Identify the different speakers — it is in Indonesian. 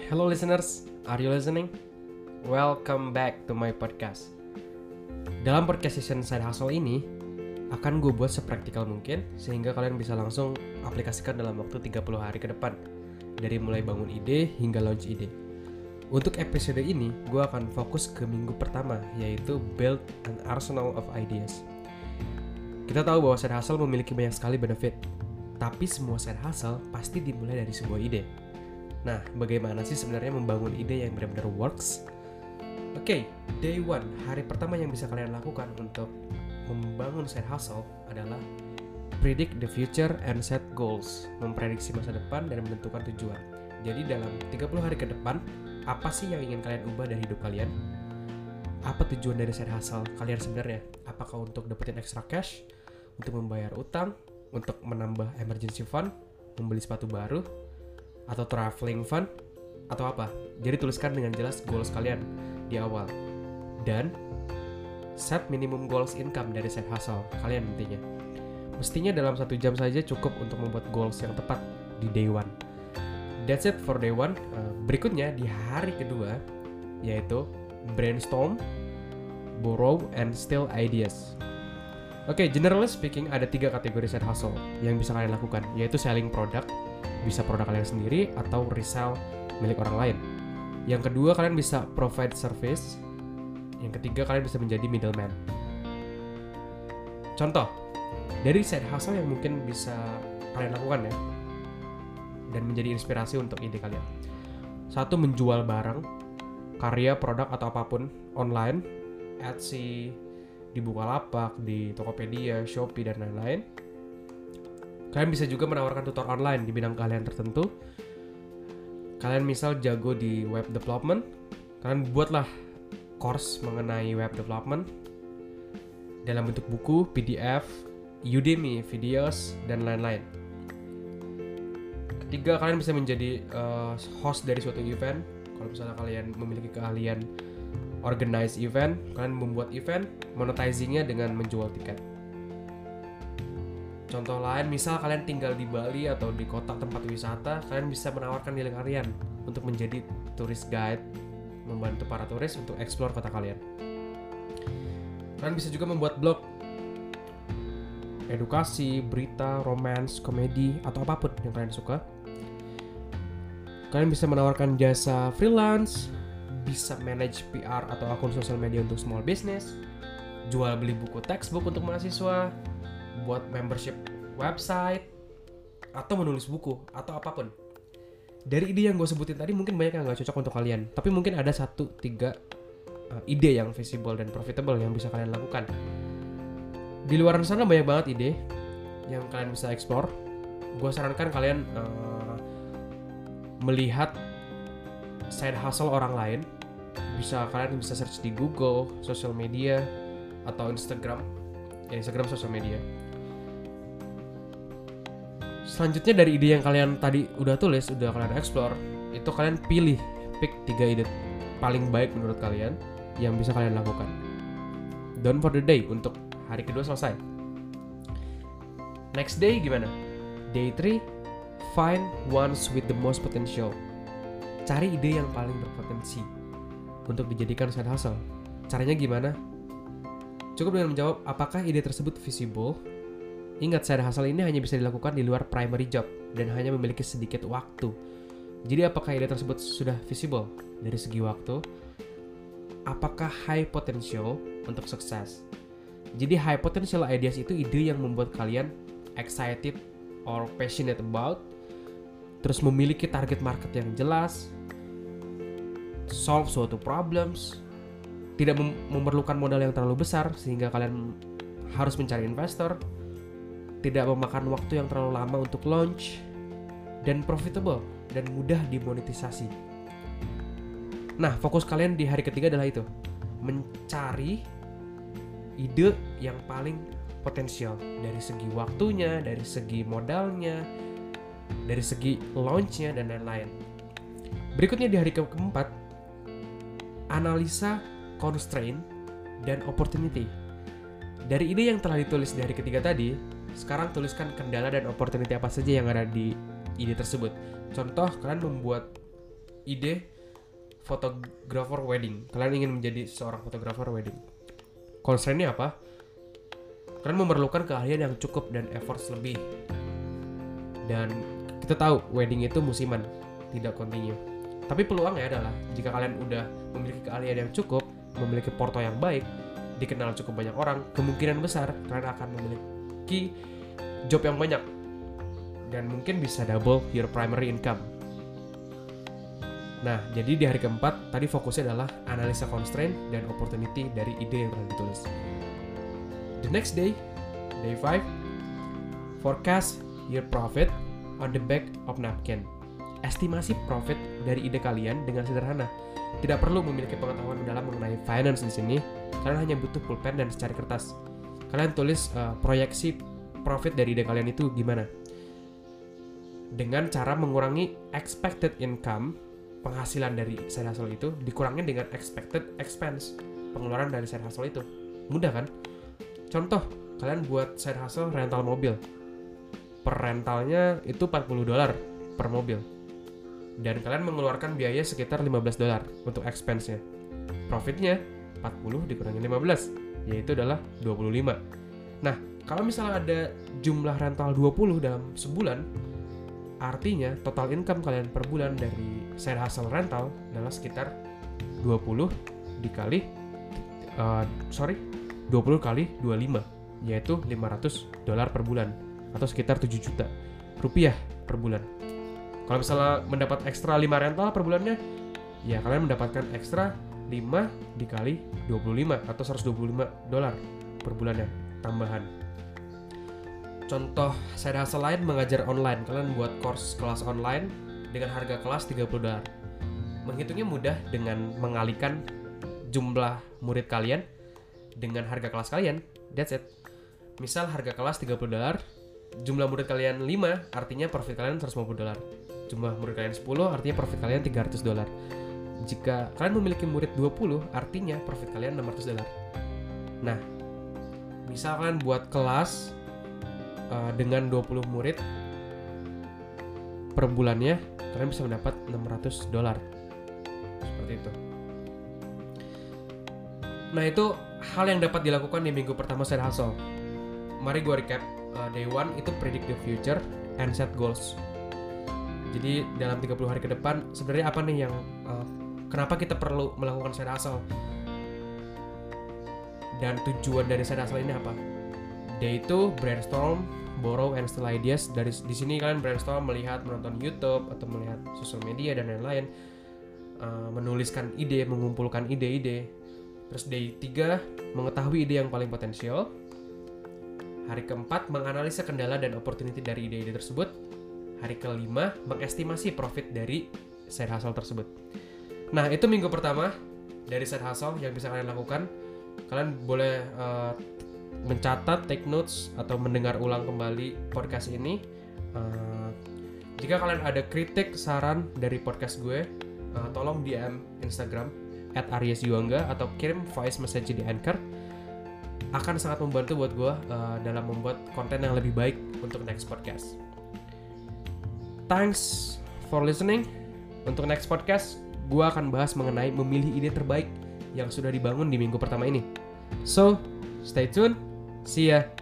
Speaker 1: Hello listeners, are you listening? Welcome back to my podcast. Dalam podcast season Side Hustle ini akan gue buat sepraktikal mungkin sehingga kalian bisa langsung aplikasikan dalam waktu 30 hari ke depan, dari mulai bangun ide hingga launch ide. Untuk episode ini gue akan fokus ke minggu pertama, yaitu build an arsenal of ideas. Kita tahu bahwa side hustle memiliki banyak sekali benefit, tapi semua side hustle pasti dimulai dari sebuah ide. Nah, bagaimana sih sebenarnya membangun ide yang benar-benar works? Oke, day one, hari pertama yang bisa kalian lakukan untuk membangun side hustle adalah predict the future and set goals, memprediksi masa depan dan menentukan tujuan. Jadi dalam 30 hari ke depan, apa sih yang ingin kalian ubah dari hidup kalian? Apa tujuan dari side hustle kalian sebenarnya? Apakah untuk dapetin extra cash, untuk membayar utang, untuk menambah emergency fund, membeli sepatu baru, atau traveling fund, atau apa? Jadi tuliskan dengan jelas goals kalian di awal. Dan set minimum goals income dari side hustle kalian nantinya. Mestinya dalam 1 jam saja cukup untuk membuat goals yang tepat di day one. That's it for day one. Berikutnya di hari kedua, yaitu brainstorm, borrow, and steal ideas. Oke, generally speaking ada 3 kategori side hustle yang bisa kalian lakukan, yaitu selling product, bisa produk kalian sendiri atau resell milik orang lain. Yang kedua, kalian bisa provide service. Yang ketiga, kalian bisa menjadi middleman. Contoh dari side hustle yang mungkin bisa kalian lakukan ya, dan menjadi inspirasi untuk ide kalian. 1, menjual barang, karya, produk atau apapun online, Etsy, di Bukalapak, di Tokopedia, Shopee, dan lain-lain. Kalian bisa juga menawarkan tutor online di bidang kalian tertentu. Kalian misal jago di web development, kalian buatlah course mengenai web development dalam bentuk buku, PDF, Udemy, videos, dan lain-lain. Ketiga, kalian bisa menjadi host dari suatu event. Kalau misalnya kalian memiliki keahlian organize event, kalian membuat event, monetizingnya dengan menjual tiket. Contoh lain, misal kalian tinggal di Bali atau di kota tempat wisata, kalian bisa menawarkan diri kalian untuk menjadi tourist guide, membantu para turis untuk explore kota kalian. Kalian bisa juga membuat blog, edukasi, berita, romance, komedi, atau apapun yang kalian suka. Kalian bisa menawarkan jasa freelance, bisa manage PR atau akun sosial media untuk small business, jual beli buku textbook untuk mahasiswa, buat membership website, atau menulis buku, atau apapun. Dari ide yang gue sebutin tadi mungkin banyak yang gak cocok untuk kalian, tapi mungkin ada 1-3 ide yang visible dan profitable yang bisa kalian lakukan. Di luar sana banyak banget ide yang kalian bisa explore. Gue sarankan kalian melihat side hustle orang lain. Kalian bisa search di Google, social media, atau Instagram social media. Selanjutnya dari ide yang kalian tadi udah tulis, udah kalian explore, itu kalian pick 3 ide paling baik menurut kalian yang bisa kalian lakukan. Done for the day, untuk hari kedua selesai. Next day gimana? Day 3, find ones with the most potential. Cari ide yang paling berpotensi untuk dijadikan side hustle. Caranya gimana? Cukup dengan menjawab apakah ide tersebut visible. Ingat, side hustle ini hanya bisa dilakukan di luar primary job dan hanya memiliki sedikit waktu. Jadi apakah ide tersebut sudah visible dari segi waktu? Apakah high potential untuk sukses? Jadi high potential ideas itu ide yang membuat kalian excited or passionate about, terus memiliki target market yang jelas, solve suatu problems, tidak memerlukan modal yang terlalu besar sehingga kalian harus mencari investor, tidak memakan waktu yang terlalu lama untuk launch, dan profitable dan mudah dimonetisasi. Nah, fokus kalian di hari ketiga adalah itu, mencari ide yang paling potensial dari segi waktunya, dari segi modalnya, dari segi launchnya, dan lain-lain. Berikutnya di hari keempat, analisa constraint dan opportunity. Dari ide yang telah ditulis di hari ketiga tadi, sekarang tuliskan kendala dan opportunity apa saja yang ada di ide tersebut. Contoh, kalian membuat ide fotografer wedding. Kalian ingin menjadi seorang fotografer wedding. Constraint-nya apa? Kalian memerlukan keahlian yang cukup dan effort lebih. Dan kita tahu wedding itu musiman, tidak continue. Tapi peluangnya adalah jika kalian udah memiliki keahlian yang cukup, memiliki porto yang baik, dikenal cukup banyak orang, kemungkinan besar kalian akan memiliki job yang banyak dan mungkin bisa double your primary income. Nah, jadi di hari keempat tadi fokusnya adalah analisa constraint dan opportunity dari ide yang telah ditulis. The next day, day 5, forecast your profit on the back of napkin. Estimasi profit dari ide kalian dengan sederhana. Tidak perlu memiliki pengetahuan mendalam mengenai finance di sini. Kalian hanya butuh pulpen dan secari kertas. Kalian tulis proyeksi profit dari ide kalian itu gimana. Dengan cara mengurangi expected income, penghasilan dari side hustle itu dikurangi dengan expected expense, pengeluaran dari side hustle itu. Mudah kan? Contoh, kalian buat side hustle rental mobil. Per rentalnya itu $40 per mobil. Dan kalian mengeluarkan biaya sekitar $15 untuk expense-nya. Profitnya 40 dikurangi 15, yaitu adalah 25. Nah, kalau misalnya ada jumlah rental 20 dalam sebulan, artinya total income kalian per bulan dari side hustle rental adalah sekitar 20 kali 25, yaitu $500 per bulan atau sekitar 7 juta rupiah per bulan. Kalau misalnya mendapat ekstra 5 rental per bulannya, ya kalian mendapatkan ekstra 5 dikali 25 atau $125 per bulannya tambahan. Contoh side hustle lain mengajar online. Kalian buat course kelas online dengan harga kelas $30. Menghitungnya mudah dengan mengalihkan jumlah murid kalian dengan harga kelas kalian. That's it. Misal harga kelas $30, jumlah murid kalian 5, artinya profit kalian $150. Jumlah murid kalian 10, artinya profit kalian $300. Jika kalian memiliki murid 20, artinya profit kalian $600. Nah, misal kalian buat kelas dengan 20 murid per bulannya, kalian bisa mendapat $600. Seperti itu. Nah, itu hal yang dapat dilakukan di minggu pertama side hustle. Mari gue recap. Day 1 itu predict the future and set goals. Jadi dalam 30 hari ke depan sebenarnya apa nih yang kenapa kita perlu melakukan side hustle? Dan tujuan dari side hustle ini apa? Day itu brainstorm, borrow and steal ideas. Di sini kalian brainstorm melihat menonton YouTube atau melihat sosial media dan lain-lain. Menuliskan ide, mengumpulkan ide-ide. Terus day 3 mengetahui ide yang paling potensial. Hari keempat menganalisa kendala dan opportunity dari ide-ide tersebut. Hari kelima mengestimasi profit dari side hustle tersebut. Nah, itu minggu pertama dari side hustle yang bisa kalian lakukan. Kalian boleh mencatat, take notes, atau mendengar ulang kembali podcast ini. Jika kalian ada kritik, saran dari podcast gue, tolong DM Instagram @aryasjuangga atau kirim voice message di Anchor. Akan sangat membantu buat gue dalam membuat konten yang lebih baik untuk next podcast. Thanks for listening. Untuk next podcast, gue akan bahas mengenai memilih ide terbaik yang sudah dibangun di minggu pertama ini. So, stay tuned. See ya.